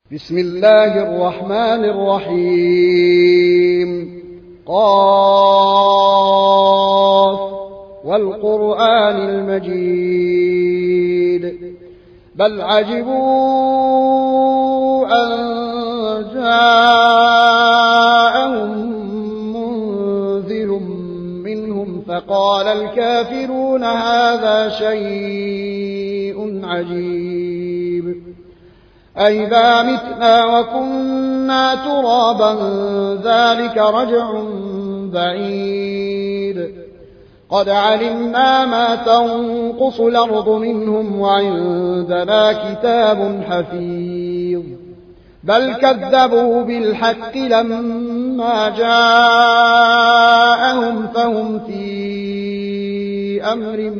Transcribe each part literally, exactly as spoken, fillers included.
بسم الله الرحمن الرحيم. قاف والقرآن المجيد بل عجبوا أن جاءهم منذر منهم فقال الكافرون هذا شيء عجيب أئذا متنا وكنا ترابا ذلك رجع بعيد قد علمنا ما تنقص الأرض منهم وعندنا كتاب حفيظ بل كذبوا بالحق لما جاءهم فهم في أمر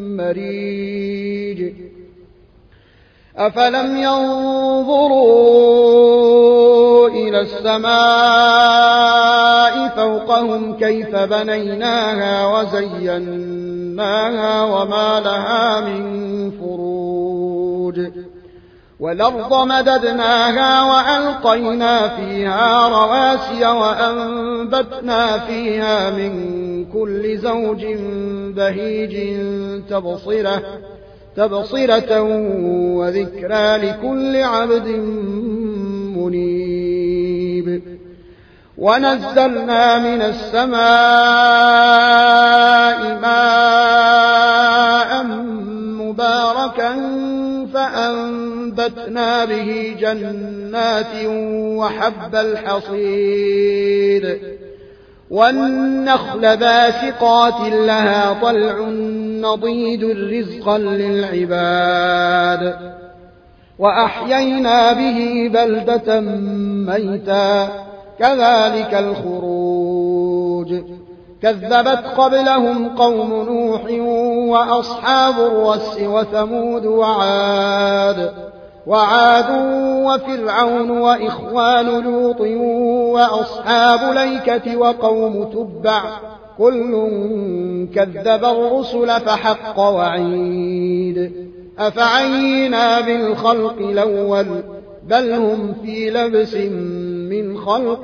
مريج أفلم ينظروا إلى السماء فوقهم كيف بنيناها وزيناها وما لها من فروج والأرض مددناها وألقينا فيها رواسي وأنبتنا فيها من كل زوج بهيج تبصرة تبصرة وذكرى لكل عبد منيب ونزلنا من السماء ماء مباركا فأنبتنا به جنات وحب الحصيد والنخل باسقات لها طلع نضيد رزقا للعباد وأحيينا به بلدة ميتا كذلك الخروج كذبت قبلهم قوم نوح وأصحاب الرس وثمود وعاد وعاد وفرعون وإخوان لوط وأصحاب الأيكة وقوم تبع كل كذب الرسل فحق وعيد أفعينا بالخلق الأول بل هم في لبس من خلق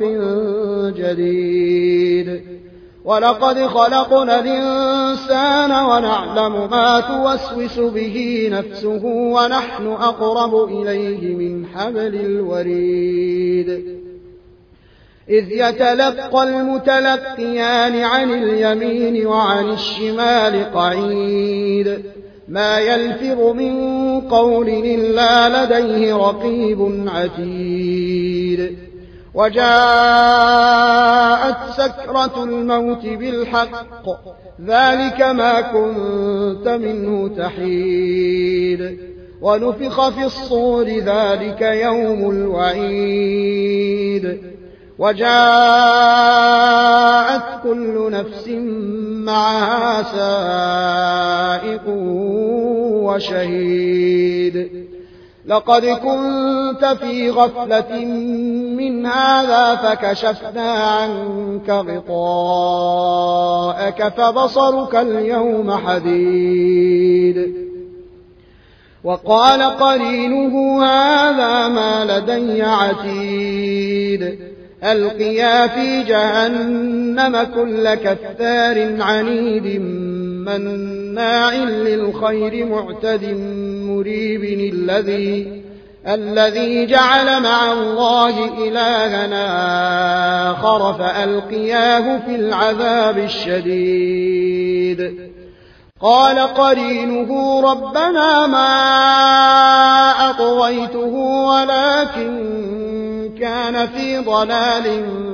جديد ولقد خلقنا الإنسان ونعلم ما توسوس به نفسه ونحن أقرب إليه من حبل الوريد إذ يتلقى المتلقيان عن اليمين وعن الشمال قعيد ما يلفظ من قول إلا لديه رقيب عتيد وجاءت سكرة الموت بالحق ذلك ما كنت منه تحيد ونفخ في الصور ذلك يوم الوعيد وجاءت كل نفس معها سائق وشهيد لقد كنت في غفلة من هذا فكشفنا عنك غطاءك فبصرك اليوم حديد وقال قرينه هذا ما لدي عتيد ألقيا في جهنم كل كفار عنيد مناع للخير معتد مريب الذي الذي جعل مع الله إلهنا آخر فألقياه في العذاب الشديد قال قرينه ربنا ما أطغيته ولكن كان في ضلال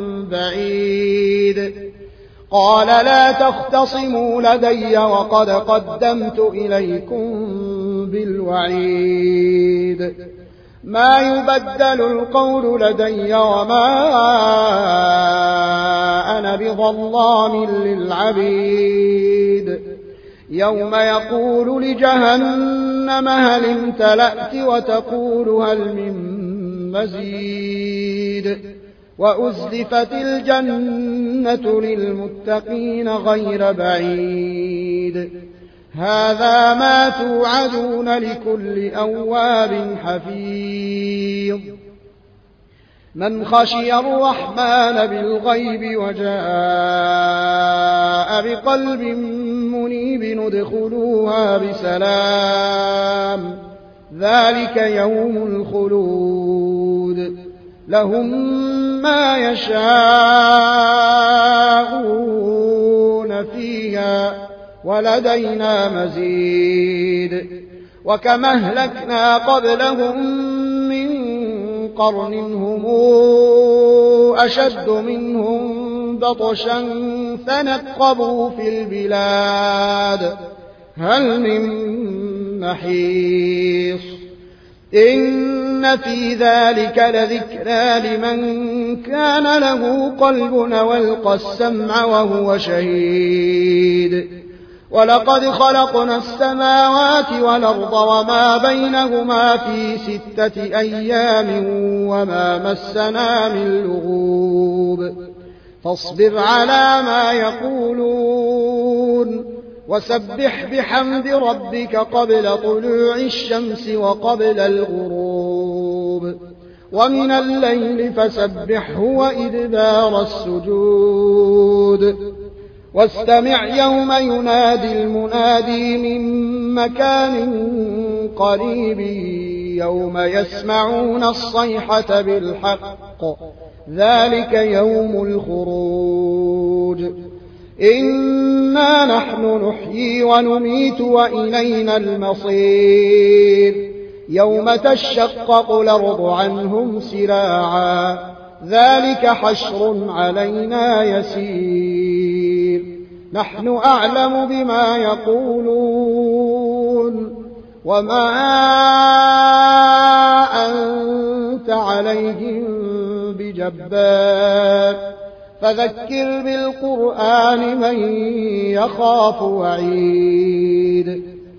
بعيد قال لا تختصموا لدي وقد قدمت إليكم بالوعيد ما يبدل القول لدي وما أنا بظلام للعبيد يوم يقول لجهنم هل امتلأت وتقول هل من مزيد وأزلفت الجنة للمتقين غير بعيد هذا ما توعدون لكل أواب حفيظ من خشي الرحمن بالغيب وجاء بقلب منيب ادخلوها بسلام ذلك يوم الخلود لهم ما يشاءون فيها ولدينا مزيد وكما أهلكنا قبلهم من قرن هم أشد منهم بطشا فنقبوا في البلاد هل من محيص إن في ذلك لذكرى لمن كان له قلب والقى السمع وهو شهيد ولقد خلقنا السماوات والأرض وما بينهما في ستة أيام وما مسنا من لغوب فاصبر على ما يقولون وسبح بحمد ربك قبل طلوع الشمس وقبل الغروب ومن الليل فسبحه وإدبار السجود واستمع يوم ينادي المنادي من مكان قريب يوم يسمعون الصيحة بالحق ذلك يوم الخروج إنا نحن نحيي ونميت وإلينا المصير يوم تشقق الأرض عنهم سراعا ذلك حشر علينا يسير نحن أعلم بما يقولون وما أنت عليهم بجبار فذكر بالقرآن من يخاف وعيد